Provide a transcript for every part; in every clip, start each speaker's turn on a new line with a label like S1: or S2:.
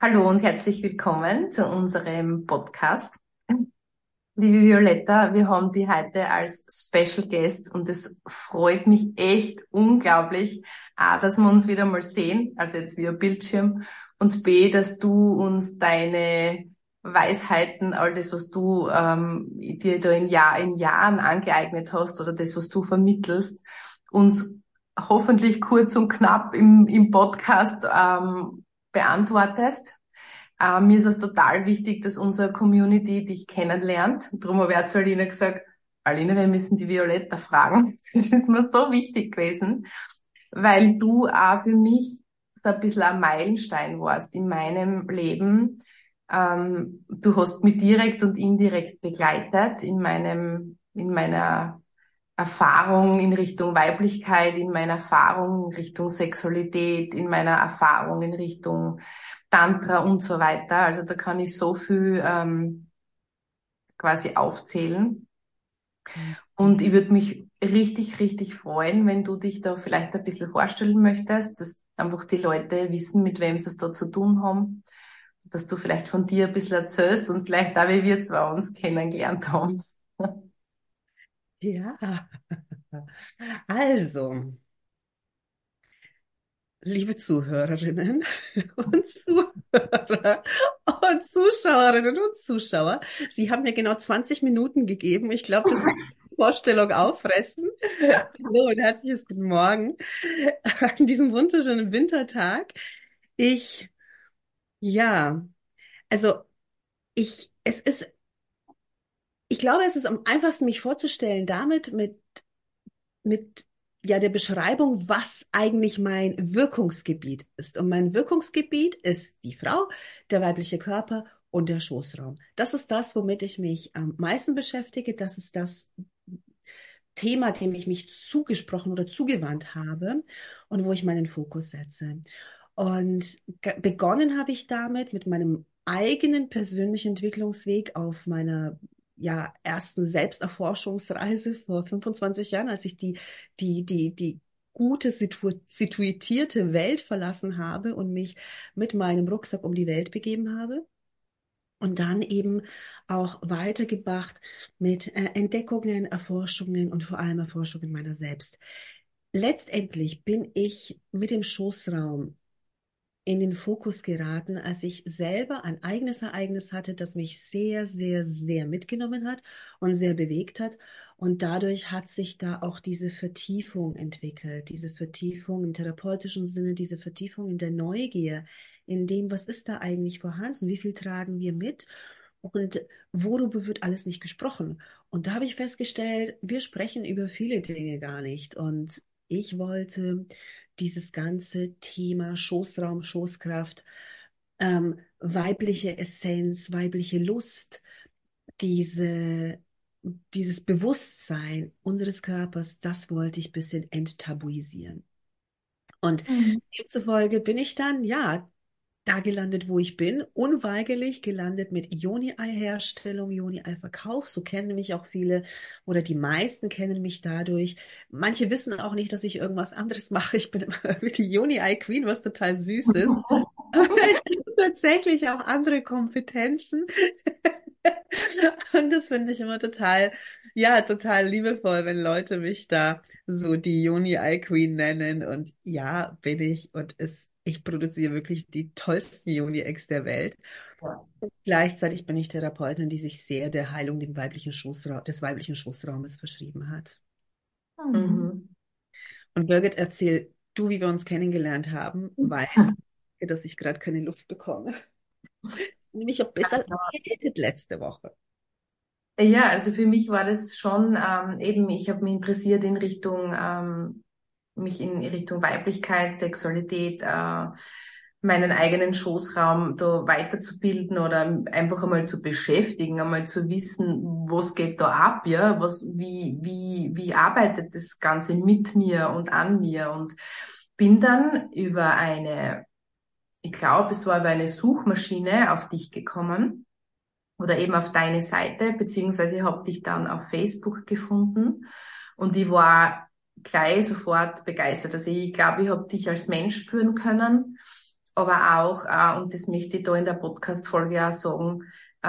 S1: Hallo und herzlich willkommen zu unserem Podcast. Liebe Violetta, wir haben dich heute als Special Guest und es freut mich echt unglaublich, A, dass wir uns wieder mal sehen, also jetzt via Bildschirm, und B, dass du uns deine Weisheiten, all das, was du dir da in Jahren angeeignet hast oder das, was du vermittelst, uns hoffentlich kurz und knapp im Podcast beantwortest. Mir ist es total wichtig, dass unsere Community dich kennenlernt. Darum habe ich auch zu Alina gesagt, Alina, wir müssen die Violetta fragen. Das ist mir so wichtig gewesen, weil du auch für mich so ein bisschen ein Meilenstein warst in meinem Leben. Du hast mich direkt und indirekt begleitet in meiner Erfahrung in Richtung Weiblichkeit, in meiner Erfahrung in Richtung Sexualität, in meiner Erfahrung in Richtung Tantra und so weiter. Also da kann ich so viel quasi aufzählen. Und ich würde mich richtig, richtig freuen, wenn du dich da vielleicht ein bisschen vorstellen möchtest, dass einfach die Leute wissen, mit wem sie es da zu tun haben, dass du vielleicht von dir ein bisschen erzählst und vielleicht auch, wie wir zwei uns kennengelernt haben.
S2: Ja, also, liebe Zuhörerinnen und Zuhörer und Zuschauerinnen und Zuschauer, Sie haben mir genau 20 Minuten gegeben. Ich glaube, das ist die Vorstellung auffressen. Hallo und herzliches Guten Morgen an diesem wunderschönen Wintertag. Ich, ja, also es ist, ich glaube, es ist am einfachsten, mich vorzustellen damit mit ja der Beschreibung, was eigentlich mein Wirkungsgebiet ist. Und mein Wirkungsgebiet ist die Frau, der weibliche Körper und der Schoßraum. Das ist das, womit ich mich am meisten beschäftige. Das ist das Thema, dem ich mich zugesprochen oder zugewandt habe und wo ich meinen Fokus setze. Und begonnen habe ich damit mit meinem eigenen persönlichen Entwicklungsweg auf meiner ersten Selbsterforschungsreise vor 25 Jahren, als ich die gute, situierte Welt verlassen habe und mich mit meinem Rucksack um die Welt begeben habe. Und dann eben auch weitergebracht mit Entdeckungen, Erforschungen und vor allem Erforschungen meiner selbst. Letztendlich bin ich mit dem Schoßraum in den Fokus geraten, als ich selber ein eigenes Ereignis hatte, das mich sehr, sehr, sehr mitgenommen hat und sehr bewegt hat. Und dadurch hat sich da auch diese Vertiefung entwickelt, diese Vertiefung im therapeutischen Sinne, diese Vertiefung in der Neugier, in dem, was ist da eigentlich vorhanden, wie viel tragen wir mit und worüber wird alles nicht gesprochen. Und da habe ich festgestellt, wir sprechen über viele Dinge gar nicht. Und ich wollte dieses ganze Thema Schoßraum, Schoßkraft, weibliche Essenz, weibliche Lust, diese, dieses Bewusstsein unseres Körpers, das wollte ich ein bisschen enttabuisieren. Und
S1: Mhm.
S2: demzufolge bin ich dann, ja, da gelandet, wo ich bin, unweigerlich gelandet mit Joni-Ei-Herstellung, Joni-Ei-Verkauf. So kennen mich auch viele oder die meisten kennen mich dadurch. Manche wissen auch nicht, dass ich irgendwas anderes mache. Ich bin immer die Joni-Ei-Queen, was total süß ist. Aber ich habe tatsächlich auch andere Kompetenzen. Und das finde ich immer total, ja, total liebevoll, wenn Leute mich da so die Joni Eye Queen nennen. Und ja, bin ich. Und ich produziere wirklich die tollsten Joni Eggs der Welt. Gleichzeitig bin ich Therapeutin, die sich sehr der Heilung des weiblichen Schoßraumes verschrieben hat.
S1: Mhm.
S2: Und Birgit, erzähl du, wie wir uns kennengelernt haben, weil dass ich gerade keine Luft bekomme. Nämlich ein bisschen erkältet letzte Woche.
S1: Ja, also für mich war das schon eben, ich habe mich interessiert in Richtung, mich in Richtung Weiblichkeit, Sexualität, meinen eigenen Schoßraum da weiterzubilden oder einfach einmal zu beschäftigen, einmal zu wissen, was geht da ab, ja, wie arbeitet das Ganze mit mir und an mir und bin dann über ich glaube, es war über eine Suchmaschine auf dich gekommen oder eben auf deine Seite, beziehungsweise ich habe dich dann auf Facebook gefunden und ich war gleich sofort begeistert. Also ich glaube, ich habe dich als Mensch spüren können aber auch, und das möchte ich da in der Podcast-Folge auch sagen,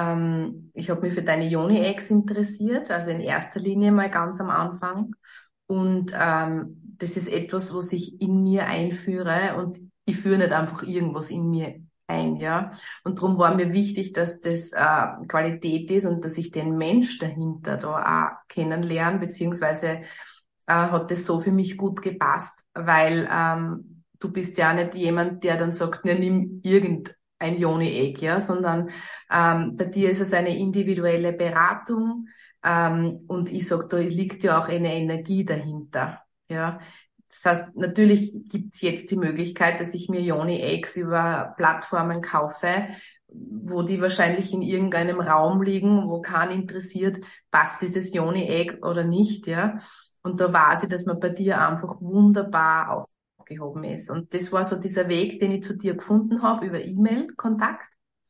S1: ich habe mich für deine Yoni-Eggs interessiert, also in erster Linie mal ganz am Anfang. Und das ist etwas, was ich in mir einführe und ich führe nicht einfach irgendwas in mir ein, ja. Und darum war mir wichtig, dass das Qualität ist und dass ich den Mensch dahinter da auch kennenlerne, beziehungsweise hat das so für mich gut gepasst, weil du bist ja nicht jemand, der dann sagt, ne, nimm irgendein Yoni-Egg, ja, sondern bei dir ist es eine individuelle Beratung und ich sag, da liegt ja auch eine Energie dahinter, ja. Das heißt, natürlich gibt's jetzt die Möglichkeit, dass ich mir Yoni-Eggs über Plattformen kaufe, wo die wahrscheinlich in irgendeinem Raum liegen, wo keinen interessiert, passt dieses Yoni-Egg oder nicht, ja. Und da weiß ich, dass man bei dir einfach wunderbar aufgehoben ist. Und das war so dieser Weg, den ich zu dir gefunden habe, über E-Mail-Kontakt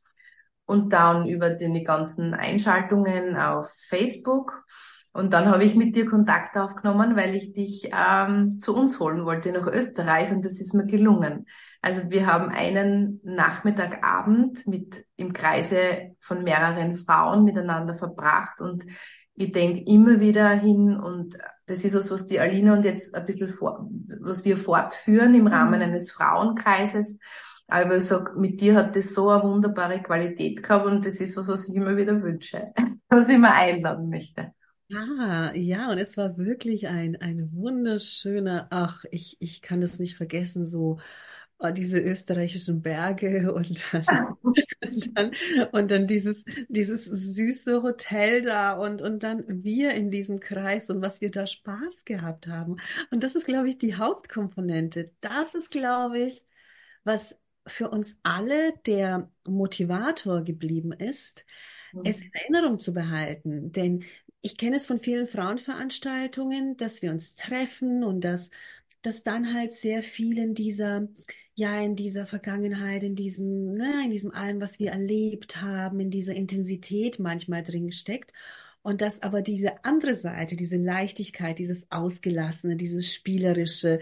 S1: und dann über die ganzen Einschaltungen auf Facebook. Und dann habe ich mit dir Kontakt aufgenommen, weil ich dich zu uns holen wollte nach Österreich und das ist mir gelungen. Also wir haben einen Nachmittagabend mit im Kreise von mehreren Frauen miteinander verbracht und ich denke immer wieder hin und das ist was die Alina und jetzt ein bisschen was wir fortführen im Rahmen eines Frauenkreises. Aber ich sag, mit dir hat das so eine wunderbare Qualität gehabt und das ist was ich immer wieder wünsche, was ich immer einladen möchte.
S2: Ja, und es war wirklich ein wunderschöner, ach, ich kann das nicht vergessen, so diese österreichischen Berge und dann, und dann, und dann dieses süße Hotel da und dann wir in diesem Kreis und was wir da Spaß gehabt haben. Und das ist, glaube ich, die Hauptkomponente. Das ist, glaube ich, was für uns alle der Motivator geblieben ist, es in Erinnerung zu behalten. Denn ich kenne es von vielen Frauenveranstaltungen, dass wir uns treffen und dass dann halt sehr viel in in dieser Vergangenheit, in diesem allem, was wir erlebt haben, in dieser Intensität manchmal drin steckt. Und dass aber diese andere Seite, diese Leichtigkeit, dieses Ausgelassene, dieses Spielerische,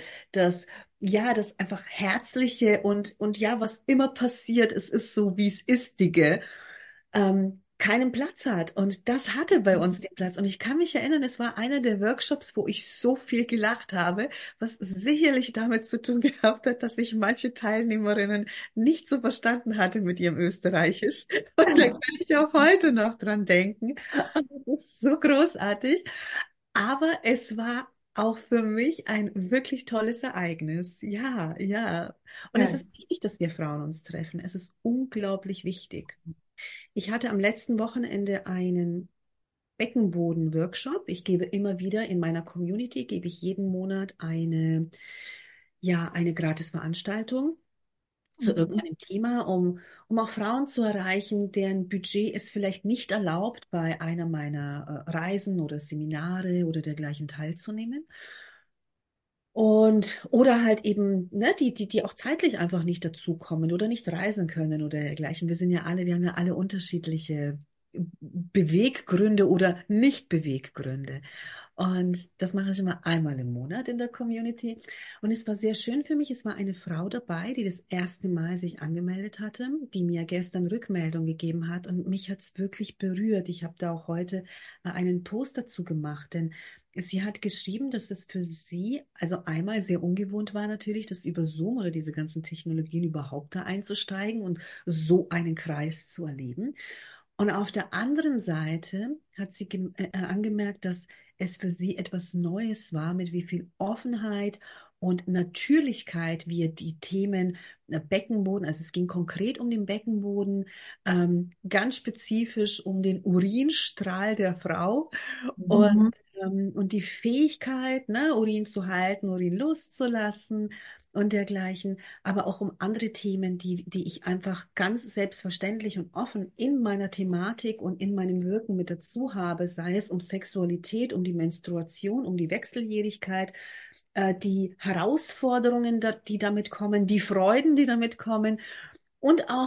S2: das einfach Herzliche und ja, was immer passiert, es ist so, wie es istige, keinen Platz hat. Und das hatte bei uns den Platz. Und ich kann mich erinnern, es war einer der Workshops, wo ich so viel gelacht habe, was sicherlich damit zu tun gehabt hat, dass ich manche Teilnehmerinnen nicht so verstanden hatte mit ihrem Österreichisch. Und da kann ich auch heute noch dran denken. Und das ist so großartig. Aber es war auch für mich ein wirklich tolles Ereignis. Ja, ja. Und es
S1: Ja.
S2: ist wichtig, dass wir Frauen uns treffen. Es ist unglaublich wichtig. Ich hatte am letzten Wochenende einen Beckenboden-Workshop. Ich gebe immer wieder in meiner Community, gebe ich jeden Monat eine Gratis-Veranstaltung zu
S1: Mhm.
S2: irgendeinem Thema, um auch Frauen zu erreichen, deren Budget es vielleicht nicht erlaubt, bei einer meiner Reisen oder Seminare oder dergleichen teilzunehmen. Oder halt eben, ne, die auch zeitlich einfach nicht dazukommen oder nicht reisen können oder dergleichen. Wir haben ja alle unterschiedliche Beweggründe oder Nicht-Beweggründe. Und das mache ich immer einmal im Monat in der Community. Und es war sehr schön für mich. Es war eine Frau dabei, die das erste Mal sich angemeldet hatte, die mir gestern Rückmeldung gegeben hat. Und mich hat es wirklich berührt. Ich habe da auch heute einen Post dazu gemacht, denn sie hat geschrieben, dass es für sie, also einmal sehr ungewohnt war natürlich, das über Zoom oder diese ganzen Technologien überhaupt da einzusteigen und so einen Kreis zu erleben. Und auf der anderen Seite hat sie angemerkt, dass es für sie etwas Neues war, mit wie viel Offenheit und Natürlichkeit wir die Themen Beckenboden, also es ging konkret um den Beckenboden, ganz spezifisch um den Urinstrahl der Frau und,
S1: Mhm.
S2: und die Fähigkeit, ne, Urin zu halten, Urin loszulassen und dergleichen, aber auch um andere Themen, die ich einfach ganz selbstverständlich und offen in meiner Thematik und in meinem Wirken mit dazu habe, sei es um Sexualität, um die Menstruation, um die Wechseljährigkeit, die Herausforderungen, die damit kommen, die Freuden, die damit kommen und auch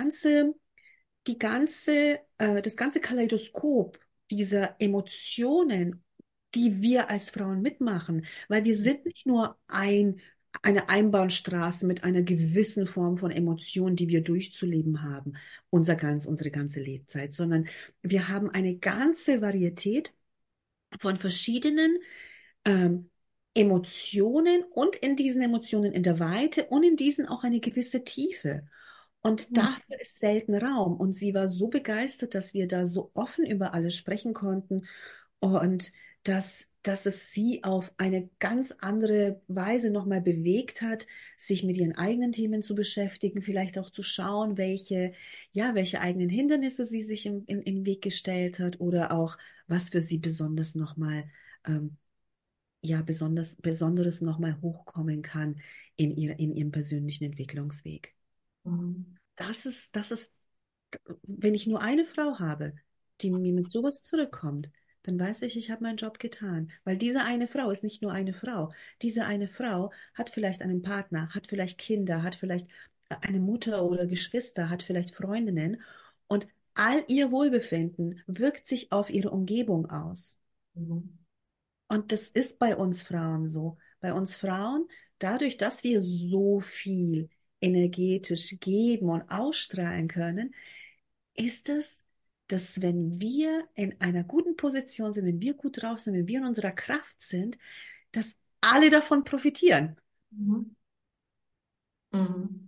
S2: das ganze Kaleidoskop dieser Emotionen, die wir als Frauen mitmachen, weil wir sind nicht nur ein eine Einbahnstraße mit einer gewissen Form von Emotion, die wir durchzuleben haben, unsere ganze Lebzeit, sondern wir haben eine ganze Varietät von verschiedenen ähm, Emotionen und in diesen Emotionen in der Weite und in diesen auch eine gewisse Tiefe. Und dafür ist selten Raum. Und sie war so begeistert, dass wir da so offen über alles sprechen konnten und dass es sie auf eine ganz andere Weise nochmal bewegt hat, sich mit ihren eigenen Themen zu beschäftigen, vielleicht auch zu schauen, welche eigenen Hindernisse sie sich im Weg gestellt hat oder auch, was für sie besonders nochmal ähm, Besonderes nochmal hochkommen kann in ihrem persönlichen Entwicklungsweg.
S1: Mhm.
S2: Das ist, wenn ich nur eine Frau habe, die mir mit sowas zurückkommt, dann weiß ich, ich habe meinen Job getan. Weil diese eine Frau ist nicht nur eine Frau. Diese eine Frau hat vielleicht einen Partner, hat vielleicht Kinder, hat vielleicht eine Mutter oder Geschwister, hat vielleicht Freundinnen. Und all ihr Wohlbefinden wirkt sich auf ihre Umgebung aus.
S1: Mhm.
S2: Und das ist bei uns Frauen so. Bei uns Frauen, dadurch, dass wir so viel energetisch geben und ausstrahlen können, ist es, dass wenn wir in einer guten Position sind, wenn wir gut drauf sind, wenn wir in unserer Kraft sind, dass alle davon profitieren.
S1: Mhm. Mhm.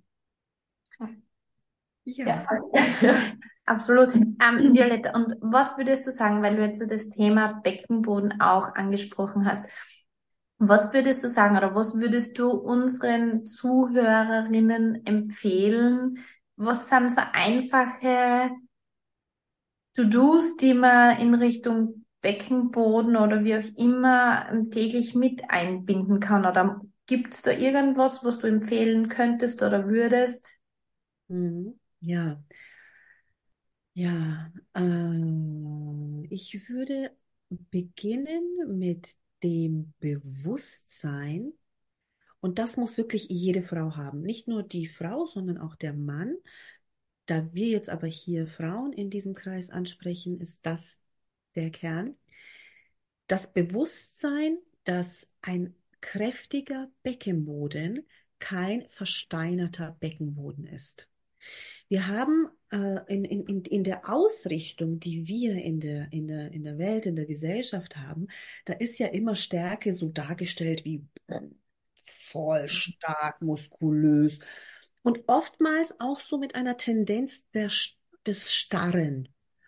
S1: Ja,
S2: Ja.
S1: absolut. Violetta, und was würdest du sagen, weil du jetzt so das Thema Beckenboden auch angesprochen hast, was würdest du sagen oder was würdest du unseren Zuhörerinnen empfehlen? Was sind so einfache To-Dos, die man in Richtung Beckenboden oder wie auch immer täglich mit einbinden kann? Oder gibt es da irgendwas, was du empfehlen könntest oder würdest?
S2: Mhm. Ja, ja. Ich würde beginnen mit dem Bewusstsein, und das muss wirklich jede Frau haben. Nicht nur die Frau, sondern auch der Mann. Da wir jetzt aber hier Frauen in diesem Kreis ansprechen, ist das der Kern. Das Bewusstsein, dass ein kräftiger Beckenboden kein versteinerter Beckenboden ist. Wir haben in der Ausrichtung, die wir in der Welt, in der Gesellschaft haben, da ist ja immer Stärke so dargestellt wie voll stark, muskulös und oftmals auch so mit einer Tendenz des Starren.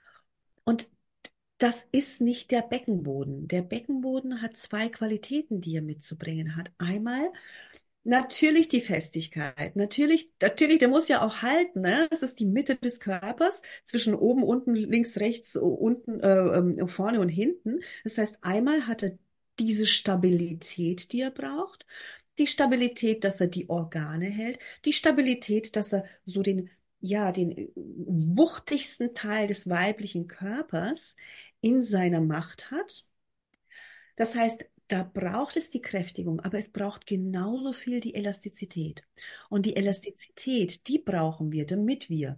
S2: Und das ist nicht der Beckenboden. Der Beckenboden hat zwei Qualitäten, die er mitzubringen hat. Einmal natürlich die Festigkeit. Natürlich, der muss ja auch halten, ne? Das ist die Mitte des Körpers zwischen oben, unten, links, rechts, unten, vorne und hinten. Das heißt, einmal hat er diese Stabilität, die er braucht. Die Stabilität, dass er die Organe hält. Die Stabilität, dass er so den wuchtigsten Teil des weiblichen Körpers in seiner Macht hat. Das heißt, da braucht es die Kräftigung, aber es braucht genauso viel die Elastizität. Und die Elastizität, die brauchen wir, damit wir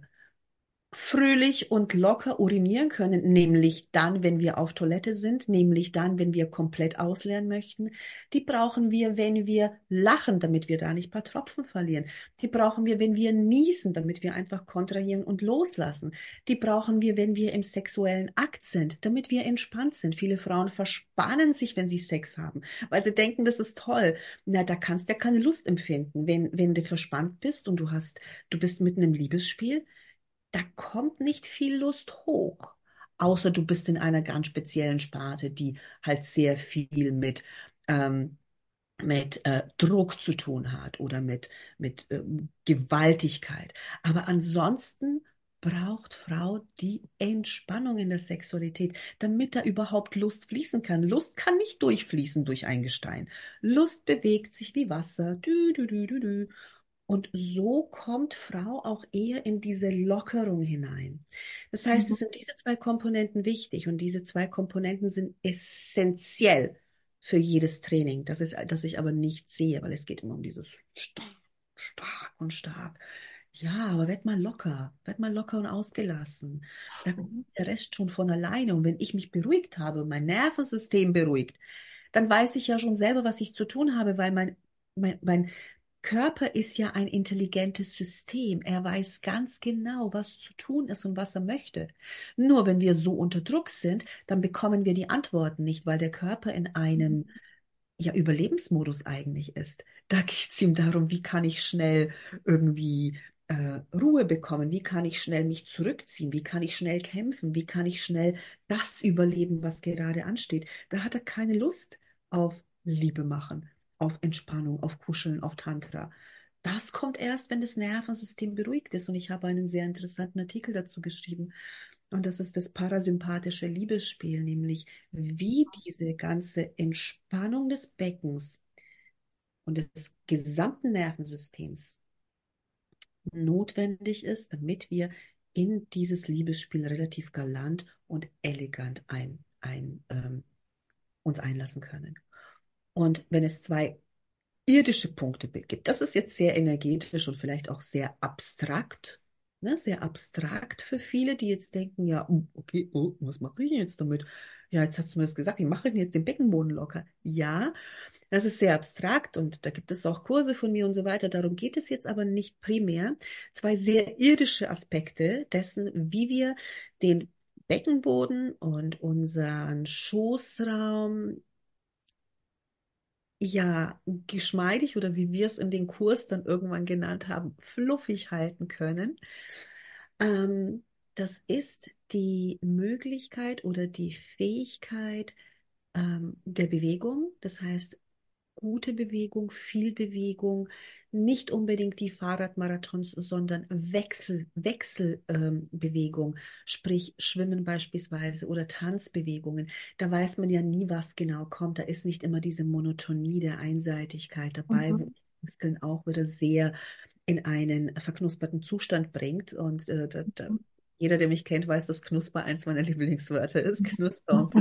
S2: fröhlich und locker urinieren können, nämlich dann, wenn wir auf Toilette sind, nämlich dann, wenn wir komplett ausleeren möchten. Die brauchen wir, wenn wir lachen, damit wir da nicht ein paar Tropfen verlieren. Die brauchen wir, wenn wir niesen, damit wir einfach kontrahieren und loslassen. Die brauchen wir, wenn wir im sexuellen Akt sind, damit wir entspannt sind. Viele Frauen verspannen sich, wenn sie Sex haben, weil sie denken, das ist toll. Na, da kannst du ja keine Lust empfinden, wenn du verspannt bist und du bist mitten im Liebesspiel, da kommt nicht viel Lust hoch. Außer du bist in einer ganz speziellen Sparte, die halt sehr viel ähm, mit Druck zu tun hat oder mit Gewaltigkeit. Aber ansonsten braucht Frau die Entspannung in der Sexualität, damit da überhaupt Lust fließen kann. Lust kann nicht durchfließen durch ein Gestein. Lust bewegt sich wie Wasser. Dü, dü, dü, dü, dü. Und so kommt Frau auch eher in diese Lockerung hinein. Das heißt, es sind diese zwei Komponenten wichtig und diese zwei Komponenten sind essentiell für jedes Training, das ich aber nicht sehe, weil es geht immer um dieses stark, stark und stark. Ja, aber werd mal locker und ausgelassen. Da kommt
S1: Mhm.
S2: der Rest schon von alleine. Und wenn ich mich beruhigt habe und mein Nervensystem beruhigt, dann weiß ich ja schon selber, was ich zu tun habe, weil mein Körper ist ja ein intelligentes System. Er weiß ganz genau, was zu tun ist und was er möchte. Nur wenn wir so unter Druck sind, dann bekommen wir die Antworten nicht, weil der Körper in einem ja, Überlebensmodus eigentlich ist. Da geht es ihm darum, wie kann ich schnell irgendwie Ruhe bekommen, wie kann ich schnell mich zurückziehen, wie kann ich schnell kämpfen, wie kann ich schnell das überleben, was gerade ansteht. Da hat er keine Lust auf Liebe machen, auf Entspannung, auf Kuscheln, auf Tantra. Das kommt erst, wenn das Nervensystem beruhigt ist. Und ich habe einen sehr interessanten Artikel dazu geschrieben. Und das ist das parasympathische Liebesspiel, nämlich wie diese ganze Entspannung des Beckens und des gesamten Nervensystems notwendig ist, damit wir in dieses Liebesspiel relativ galant und elegant uns einlassen können. Und wenn es zwei irdische Punkte gibt. Das ist jetzt sehr energetisch und vielleicht auch sehr abstrakt, ne? Sehr abstrakt für viele, die jetzt denken, ja, okay, oh, was mache ich denn jetzt damit? Ja, jetzt hast du mir das gesagt, wie mache ich denn jetzt den Beckenboden locker? Ja, das ist sehr abstrakt und da gibt es auch Kurse von mir und so weiter. Darum geht es jetzt aber nicht primär. Zwei sehr irdische Aspekte dessen, wie wir den Beckenboden und unseren Schoßraum ja, geschmeidig oder wie wir es in den Kurs dann irgendwann genannt haben, fluffig halten können. Ähm, Das ist die Möglichkeit oder die Fähigkeit der Bewegung. Das heißt, gute Bewegung, viel Bewegung, nicht unbedingt die Fahrradmarathons, sondern Wechselbewegung, sprich Schwimmen beispielsweise oder Tanzbewegungen. Da weiß man ja nie, was genau kommt. Da ist nicht immer diese Monotonie der Einseitigkeit dabei, wo
S1: Mhm.
S2: die Muskeln auch wieder sehr in einen verknusperten Zustand bringt. Und jeder, der mich kennt, weiß, dass Knusper eins meiner Lieblingswörter ist. Knusper und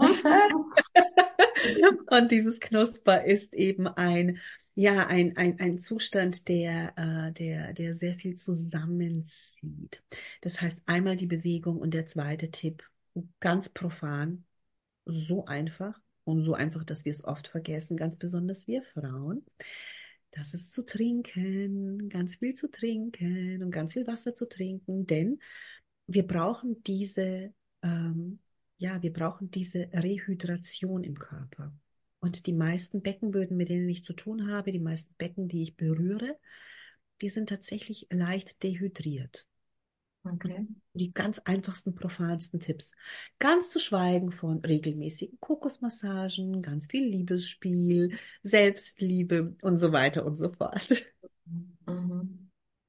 S2: und dieses Knusper ist eben ja, ein Zustand, der sehr viel zusammenzieht. Das heißt, einmal die Bewegung und der zweite Tipp, ganz profan, so einfach und so einfach, dass wir es oft vergessen, ganz besonders wir Frauen. Das ist zu trinken, ganz viel zu trinken und ganz viel Wasser zu trinken, denn wir brauchen ähm, wir brauchen diese Rehydration im Körper. Und die meisten Beckenböden, mit denen ich zu tun habe, die meisten Becken, die ich berühre, die sind tatsächlich leicht dehydriert.
S1: Okay.
S2: Die ganz einfachsten, profansten Tipps. Ganz zu schweigen von regelmäßigen Kokosmassagen, ganz viel Liebesspiel, Selbstliebe und so weiter und so fort.
S1: Mhm.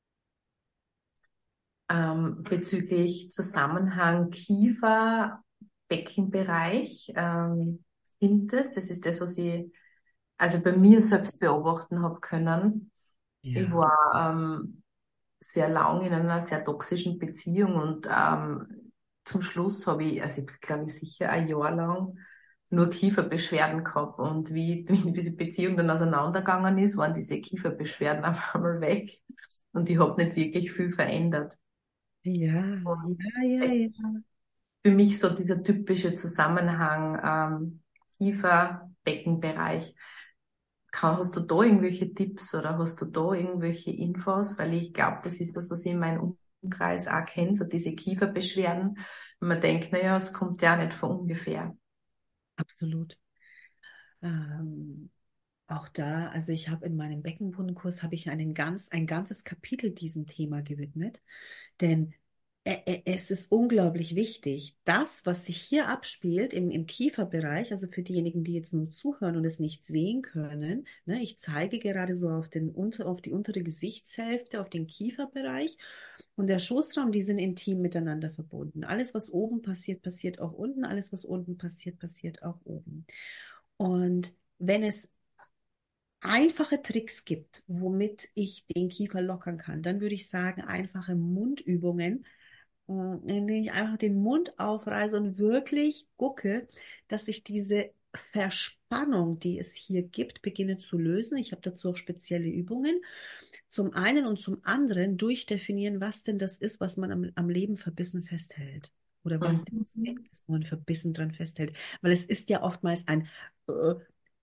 S1: Bezüglich Zusammenhang Kiefer-Beckenbereich, stimmt es? Das ist das, was ich also bei mir selbst beobachten habe können. Ich
S2: Ja.
S1: war sehr lang in einer sehr toxischen Beziehung und zum Schluss habe ich, also ich glaube ich sicher ein Jahr lang nur Kieferbeschwerden gehabt und wie diese Beziehung dann auseinandergegangen ist, waren diese Kieferbeschwerden auf einmal weg und ich habe nicht wirklich viel verändert.
S2: Ja,
S1: Und
S2: ja, ja,
S1: es
S2: ja.
S1: für mich so dieser typische Zusammenhang Kiefer-Beckenbereich. Hast du da irgendwelche Tipps oder hast du da irgendwelche Infos? Weil ich glaube, das ist was, was ich in meinem Umkreis auch kenne, so diese Kieferbeschwerden. Und man denkt, naja, es kommt ja nicht von ungefähr.
S2: Absolut. Ähm, Auch da, also ich habe in meinem Beckenbodenkurs habe ich ein ganzes Kapitel diesem Thema gewidmet, denn es ist unglaublich wichtig, das, was sich hier abspielt im Kieferbereich, also für diejenigen, die jetzt nur zuhören und es nicht sehen können, ne, ich zeige gerade so auf die untere Gesichtshälfte, auf den Kieferbereich und der Schoßraum, die sind intim miteinander verbunden. Alles, was oben passiert, passiert auch unten, alles, was unten passiert, passiert auch oben. Und wenn es einfache Tricks gibt, womit ich den Kiefer lockern kann, dann würde ich sagen, einfache Mundübungen, indem ich einfach den Mund aufreiße und wirklich gucke, dass ich diese Verspannung, die es hier gibt, beginne zu lösen. Ich habe dazu auch spezielle Übungen. Zum einen und zum anderen durchdefinieren, was denn das ist, was man am Leben verbissen festhält. Oder was der
S1: Mhm.
S2: Aspekt ist, wo man verbissen dran festhält. Weil es ist ja oftmals ein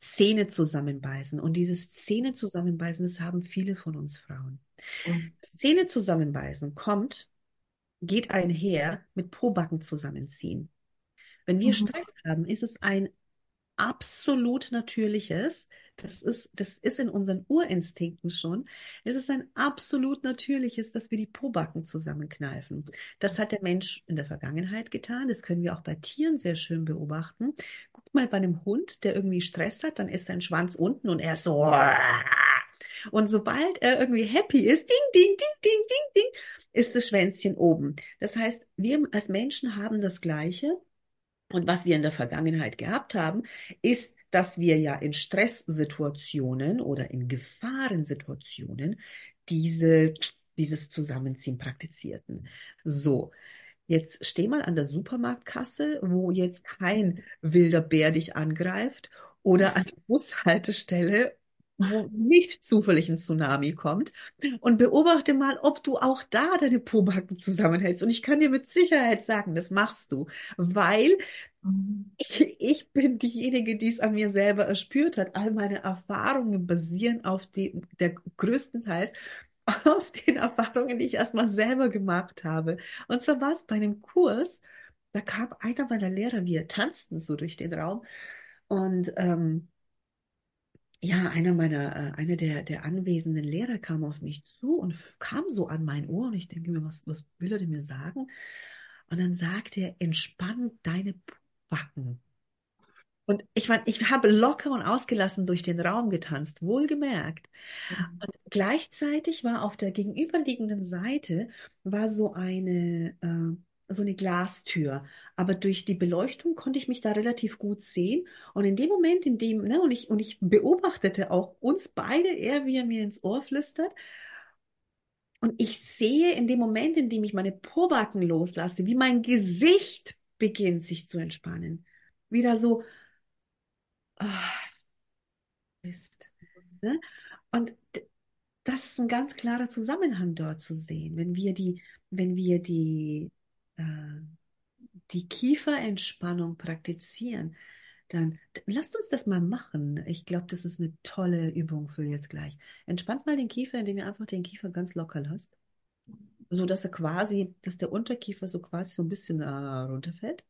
S2: Zähne zusammenbeißen. Und dieses Zähne zusammenbeißen, das haben viele von uns Frauen.
S1: Mhm.
S2: Zähne zusammenbeißen geht einher mit Pobacken zusammenziehen. Wenn wir
S1: Mhm.
S2: Stress haben, ist es ein absolut natürliches, das ist in unseren Urinstinkten schon, es ist ein absolut natürliches, dass wir die Pobacken zusammenkneifen. Das hat der Mensch in der Vergangenheit getan, das können wir auch bei Tieren sehr schön beobachten. Guck mal bei einem Hund, der irgendwie Stress hat, dann ist sein Schwanz unten und er ist so. Und sobald er irgendwie happy ist, ding, ding, ding, ding, ding, ding, ist das Schwänzchen oben. Das heißt, wir als Menschen haben das Gleiche. Und was wir in der Vergangenheit gehabt haben, ist, dass wir ja in Stresssituationen oder in Gefahrensituationen dieses Zusammenziehen praktizierten. So, jetzt steh mal an der Supermarktkasse, wo jetzt kein wilder Bär dich angreift oder an der Bushaltestelle, wo nicht zufällig ein Tsunami kommt und beobachte mal, ob du auch da deine Pobacken zusammenhältst. Und ich kann dir mit Sicherheit sagen, das machst du, weil
S1: Mhm.
S2: ich bin diejenige, die es an mir selber erspürt hat. All meine Erfahrungen basieren der größtenteils auf den Erfahrungen, die ich erstmal selber gemacht habe. Und zwar war es bei einem Kurs, da kam einer meiner Lehrer, wir tanzten so durch den Raum und ja, einer der anwesenden Lehrer kam auf mich zu und kam so an mein Ohr und ich denke mir, was will er denn mir sagen? Und dann sagte er, entspann deine Backen. Und ich meine, ich habe locker und ausgelassen durch den Raum getanzt, wohlgemerkt. Und gleichzeitig war auf der gegenüberliegenden Seite war so eine Glastür. Aber durch die Beleuchtung konnte ich mich da relativ gut sehen. Und in dem Moment, ne, und ich beobachtete auch uns beide, er wie er mir ins Ohr flüstert. Und ich sehe in dem Moment, in dem ich meine Pobacken loslasse, wie mein Gesicht beginnt sich zu entspannen. Wieder so, ah, Mist. Ne? Und das ist ein ganz klarer Zusammenhang dort zu sehen. Wenn wir äh, die Kieferentspannung praktizieren, dann lasst uns das mal machen. Ich glaube, das ist eine tolle Übung für jetzt gleich. Entspannt mal den Kiefer, indem ihr einfach den Kiefer ganz locker lasst, so dass dass der Unterkiefer so quasi so ein bisschen runterfällt.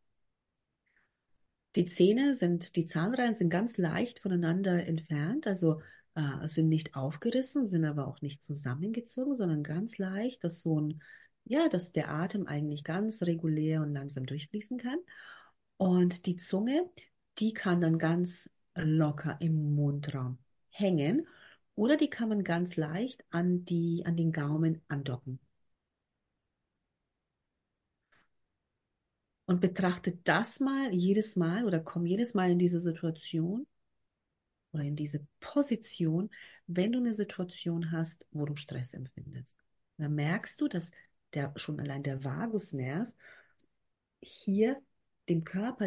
S2: Die Zahnreihen sind ganz leicht voneinander entfernt, also sind nicht aufgerissen, sind aber auch nicht zusammengezogen, sondern ganz leicht, dass der Atem eigentlich ganz regulär und langsam durchfließen kann. Und die Zunge, die kann dann ganz locker im Mundraum hängen oder die kann man ganz leicht an den Gaumen andocken. Und betrachtet das mal jedes Mal oder komm jedes Mal in diese Situation oder in diese Position, wenn du eine Situation hast, wo du Stress empfindest. Dann merkst du, dass schon allein der Vagusnerv hier dem Körper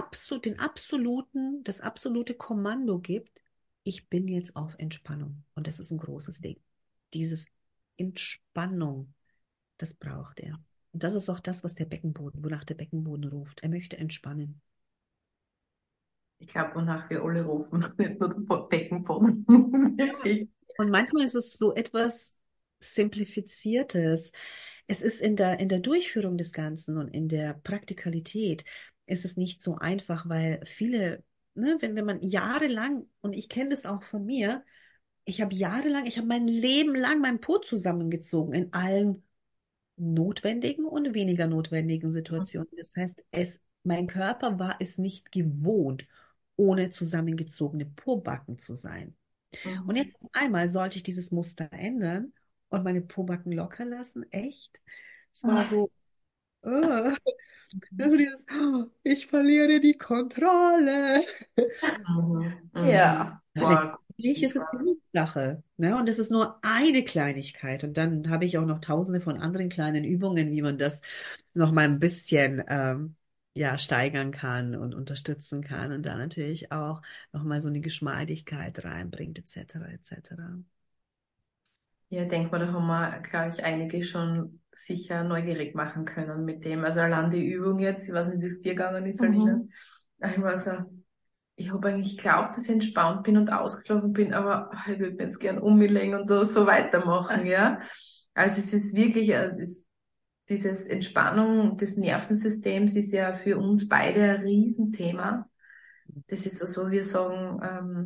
S2: das absolute Kommando gibt, ich bin jetzt auf Entspannung. Und das ist ein großes Ding. Dieses Entspannung, das braucht er. Und das ist auch das, wonach der Beckenboden ruft. Er möchte entspannen.
S1: Ich glaube, wonach wir alle rufen, nicht nur der Beckenboden. Wirklich.
S2: Und manchmal ist es so etwas Simplifiziertes. Es ist in der Durchführung des Ganzen und in der Praktikalität ist es nicht so einfach, weil ne, wenn man jahrelang, und ich kenne das auch von mir, ich habe mein Leben lang meinen Po zusammengezogen in allen notwendigen und weniger notwendigen Situationen. Das heißt, mein Körper war es nicht gewohnt, ohne zusammengezogene Pobacken zu sein. Und
S1: Mhm.
S2: jetzt auf einmal sollte ich dieses Muster ändern und meine Pobacken locker lassen. Echt? Es war so, äh, also ich verliere die Kontrolle.
S1: Mhm.
S2: Ja.
S1: Mhm.
S2: Ja,
S1: Boah,
S2: letztendlich ist es Übungssache, ne? Und es ist nur eine Kleinigkeit. Und dann habe ich auch noch tausende von anderen kleinen Übungen, wie man das noch mal ein bisschen ja, steigern kann und unterstützen kann. Und dann natürlich auch noch mal so eine Geschmeidigkeit reinbringt, etc., etc.
S1: ja, denk mal, da haben wir, glaube ich, einige schon sicher neugierig machen können mit dem. Also allein die Übung jetzt, ich weiß nicht, wie es dir gegangen ist, Alina. Ich war so, Ich habe eigentlich geglaubt, dass ich entspannt bin und ausgeschlafen bin, aber ich würde mir jetzt gern umlegen und da so weitermachen, ja. Also es ist wirklich, dieses Entspannung des Nervensystems ist ja für uns beide ein Riesenthema. Das ist also, wir sagen,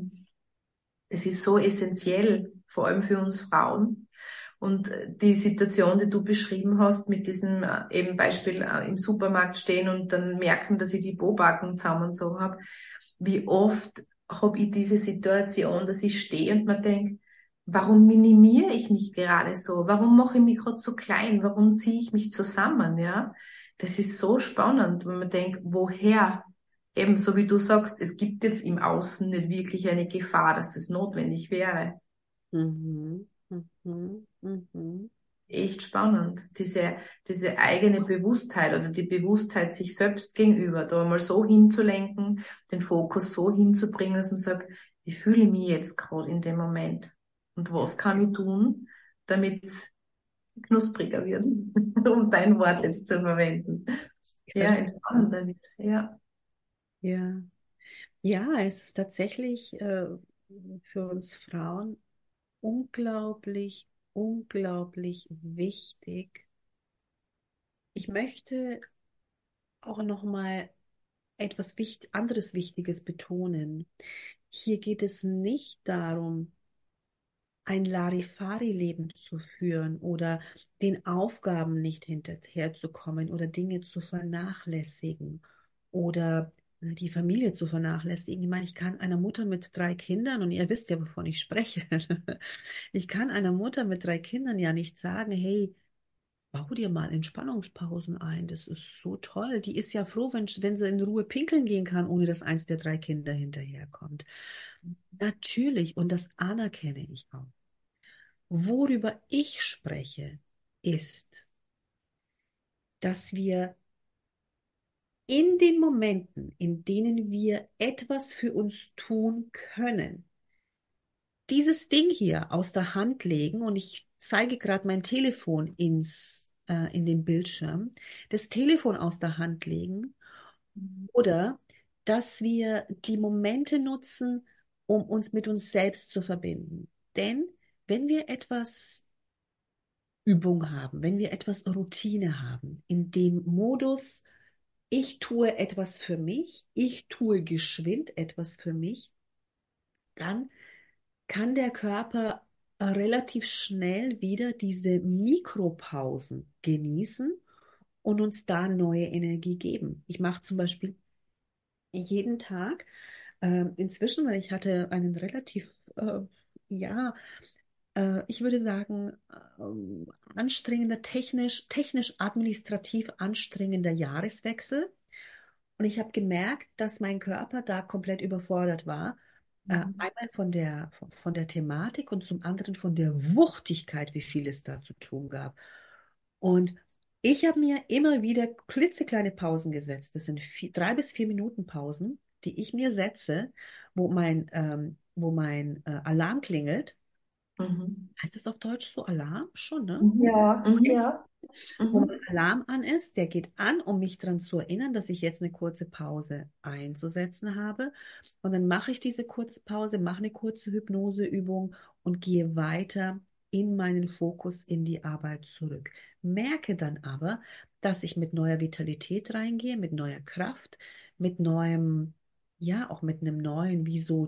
S1: es ist so essentiell, vor allem für uns Frauen. Und die Situation, die du beschrieben hast, mit diesem eben Beispiel im Supermarkt stehen und dann merken, dass ich die Pobacken zusammengezogen habe, wie oft habe ich diese Situation, dass ich stehe und mir denke, warum minimiere ich mich gerade so? Warum mache ich mich gerade so klein? Warum ziehe ich mich zusammen? Ja, das ist so spannend, wenn man denkt, woher? Eben so wie du sagst, es gibt jetzt im Außen nicht wirklich eine Gefahr, dass das notwendig wäre.
S2: Mhm. Mhm. Mhm.
S1: Echt spannend, diese eigene Bewusstheit oder die Bewusstheit sich selbst gegenüber, da mal so hinzulenken, den Fokus so hinzubringen, dass man sagt, wie fühle ich mich jetzt gerade in dem Moment? Und was kann ich tun, damit es knuspriger wird, um dein Wort jetzt zu verwenden. Ja,
S2: Ganz genau.
S1: entspannender wird, ja.
S2: Ja. Ja, es ist tatsächlich für uns Frauen unglaublich, unglaublich wichtig. Ich möchte auch noch mal etwas anderes Wichtiges betonen. Hier geht es nicht darum, ein Larifari-Leben zu führen oder den Aufgaben nicht hinterherzukommen oder Dinge zu vernachlässigen oder die Familie zu vernachlässigen. Ich meine, ich kann einer Mutter mit 3 Kindern, und ihr wisst ja, wovon ich spreche, ich kann einer Mutter mit 3 Kindern ja nicht sagen, hey, bau dir mal Entspannungspausen ein. Das ist so toll. Die ist ja froh, wenn sie in Ruhe pinkeln gehen kann, ohne dass eins der 3 Kinder hinterherkommt. Natürlich, und das anerkenne ich auch. Worüber ich spreche, ist, dass wir in den Momenten, in denen wir etwas für uns tun können, dieses Ding hier aus der Hand legen, und ich zeige gerade mein Telefon in den Bildschirm, das Telefon aus der Hand legen, oder dass wir die Momente nutzen, um uns mit uns selbst zu verbinden. Denn wenn wir etwas Übung haben, wenn wir etwas Routine haben, in dem Modus, ich tue etwas für mich, ich tue geschwind etwas für mich, dann kann der Körper relativ schnell wieder diese Mikropausen genießen und uns da neue Energie geben. Ich mache zum Beispiel jeden Tag inzwischen, weil ich hatte einen relativ, ja, ich würde sagen, anstrengender, technisch administrativ anstrengender Jahreswechsel. Und ich habe gemerkt, dass mein Körper da komplett überfordert war.
S1: Mhm.
S2: Einmal von der Thematik und zum anderen von der Wuchtigkeit, wie viel es da zu tun gab. Und ich habe mir immer wieder klitzekleine Pausen gesetzt. Das sind 3 bis 4 Minuten Pausen, die ich mir setze, wo mein Alarm klingelt.
S1: Mhm.
S2: Heißt das auf Deutsch so Alarm? Schon, ne?
S1: Mhm.
S3: Ja,
S1: Mhm.
S3: ja.
S2: Wo mein
S1: Mhm.
S2: Alarm an ist, der geht an, um mich daran zu erinnern, dass ich jetzt eine kurze Pause einzusetzen habe. Und dann mache ich diese kurze Pause, mache eine kurze Hypnoseübung und gehe weiter in meinen Fokus, in die Arbeit zurück. Merke dann aber, dass ich mit neuer Vitalität reingehe, mit neuer Kraft, mit neuem, ja, auch mit einem neuen, wie so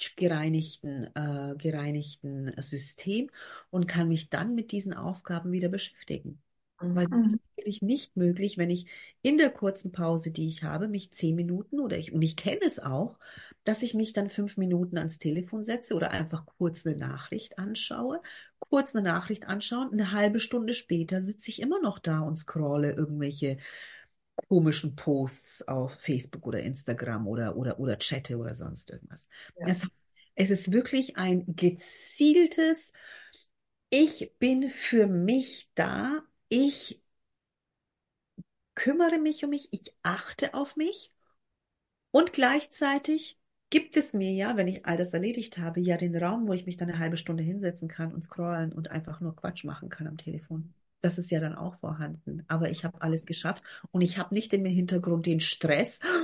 S2: gereinigten System, und kann mich dann mit diesen Aufgaben wieder beschäftigen. Weil das
S1: Mhm.
S2: ist natürlich nicht möglich, wenn ich in der kurzen Pause, die ich habe, mich 10 Minuten, und ich kenne es auch, dass ich mich dann 5 Minuten ans Telefon setze oder einfach kurz eine Nachricht anschaue. Kurz eine Nachricht anschauen, eine halbe Stunde später sitze ich immer noch da und scrolle irgendwelche komischen Posts auf Facebook oder Instagram oder chatte oder sonst irgendwas.
S1: Ja.
S2: Das heißt, es ist wirklich ein gezieltes, ich bin für mich da, ich kümmere mich um mich, ich achte auf mich, und gleichzeitig gibt es mir ja, wenn ich all das erledigt habe, ja den Raum, wo ich mich dann eine halbe Stunde hinsetzen kann und scrollen und einfach nur Quatsch machen kann am Telefon. Das ist ja dann auch vorhanden. Aber ich habe alles geschafft und ich habe nicht im Hintergrund den Stress.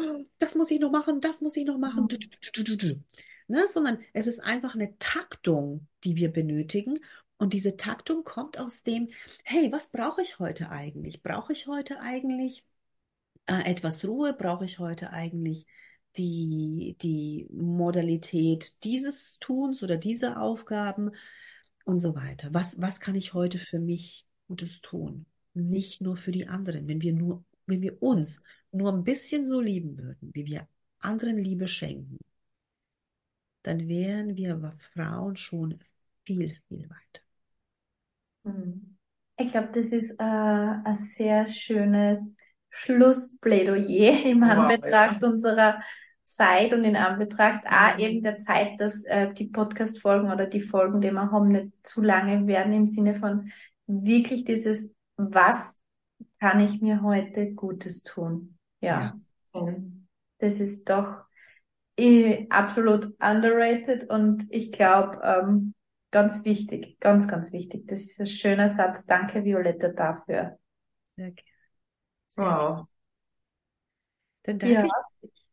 S2: das muss ich noch machen, das muss ich noch machen.
S1: Mhm.
S2: Ne? Sondern es ist einfach eine Taktung, die wir benötigen. Und diese Taktung kommt aus dem, hey, was brauche ich heute eigentlich? Brauche ich heute eigentlich etwas Ruhe? Brauche ich heute eigentlich die Modalität dieses Tuns oder dieser Aufgaben und so weiter? Was kann ich heute für mich Gutes tun? Nicht nur für die anderen. Wenn wir uns nur ein bisschen so lieben würden, wie wir anderen Liebe schenken, dann wären wir Frauen schon viel, viel weiter.
S3: Mhm. Ich glaube, das ist ein sehr schönes Schlussplädoyer im
S1: Wow,
S3: Anbetracht
S1: ja.
S3: unserer Zeit und in Anbetracht auch eben der Zeit, dass die Podcast-Folgen oder die Folgen, die wir haben, nicht zu lange werden im Sinne von wirklich dieses, was kann ich mir heute Gutes tun?
S2: Ja,
S3: Ja, das ist doch absolut underrated und ich glaube, ganz wichtig, ganz, ganz wichtig. Das ist ein schöner Satz. Danke, Violetta, dafür.
S2: sehr gerne. Sehr gerne.
S1: Wow.
S2: Dann
S3: Ja,
S2: danke ich.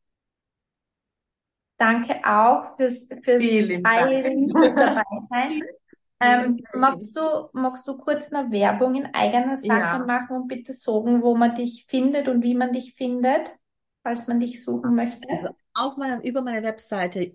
S3: danke auch fürs
S1: Vielen Dank.
S3: Teilen, fürs Dabeisein.
S1: Vielen
S3: Magst du kurz eine Werbung in eigener Sache
S1: Ja,
S3: machen und bitte sagen, wo man dich findet und wie man dich findet, falls man dich suchen möchte?
S2: Also über meine Webseite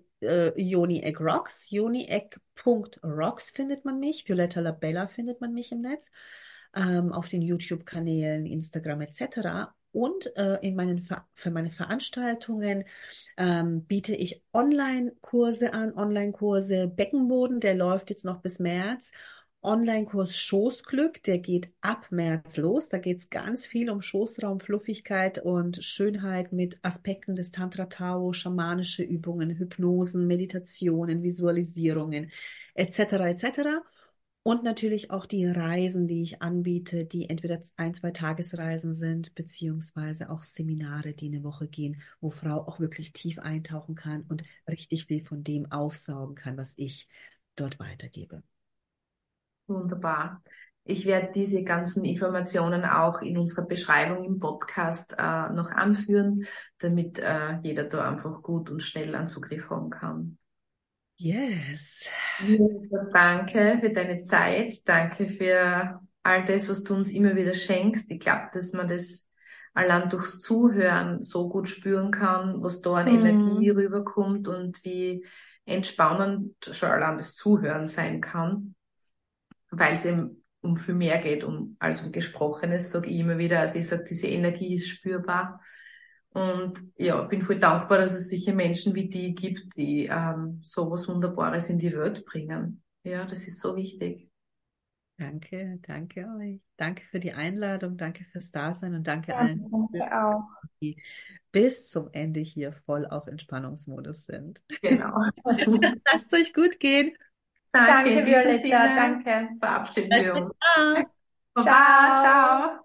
S2: jonieggrocks, findet man mich. Violetta Labella findet man mich im Netz. Auf den YouTube-Kanälen, Instagram etc. Und für meine Veranstaltungen biete ich Online-Kurse an, Online-Kurse Beckenboden, der läuft jetzt noch bis März. Online-Kurs Schoßglück, der geht ab März los. Da geht es ganz viel um Schoßraum, Fluffigkeit und Schönheit mit Aspekten des Tantra Tao, schamanische Übungen, Hypnosen, Meditationen, Visualisierungen etc. etc. Und natürlich auch die Reisen, die ich anbiete, die entweder ein, zwei Tagesreisen sind, beziehungsweise auch Seminare, die eine Woche gehen, wo Frau auch wirklich tief eintauchen kann und richtig viel von dem aufsaugen kann, was ich dort weitergebe.
S1: wunderbar. Ich werde diese ganzen Informationen auch in unserer Beschreibung im Podcast noch anführen, damit jeder da einfach gut und schnell einen Zugriff haben kann.
S2: Yes.
S1: Ja, danke für deine Zeit. Danke für all das, was du uns immer wieder schenkst. Ich glaube, dass man das allein durchs Zuhören so gut spüren kann, was da an Energie
S3: Hm.
S1: rüberkommt und wie entspannend schon allein das Zuhören sein kann, weil es eben um viel mehr geht, als um Gesprochenes, sage ich immer wieder. Also ich sage, diese Energie ist spürbar. Und ja, bin voll dankbar, dass es solche Menschen wie die gibt, die so was Wunderbares in die Welt bringen. Ja, das ist so wichtig.
S2: Danke, danke euch. Danke für die Einladung, danke fürs Dasein und danke
S3: Ja,
S2: allen,
S3: danke auch.
S2: die bis zum Ende hier voll auf Entspannungsmodus sind.
S1: Genau.
S2: Lasst euch gut gehen.
S1: Danke, in
S3: Danke,
S1: diesem
S3: Violetta,
S1: Sinne
S3: danke.
S1: verabschieden wir uns.
S2: Ciao.
S1: Baba,
S3: Ciao.
S1: ciao.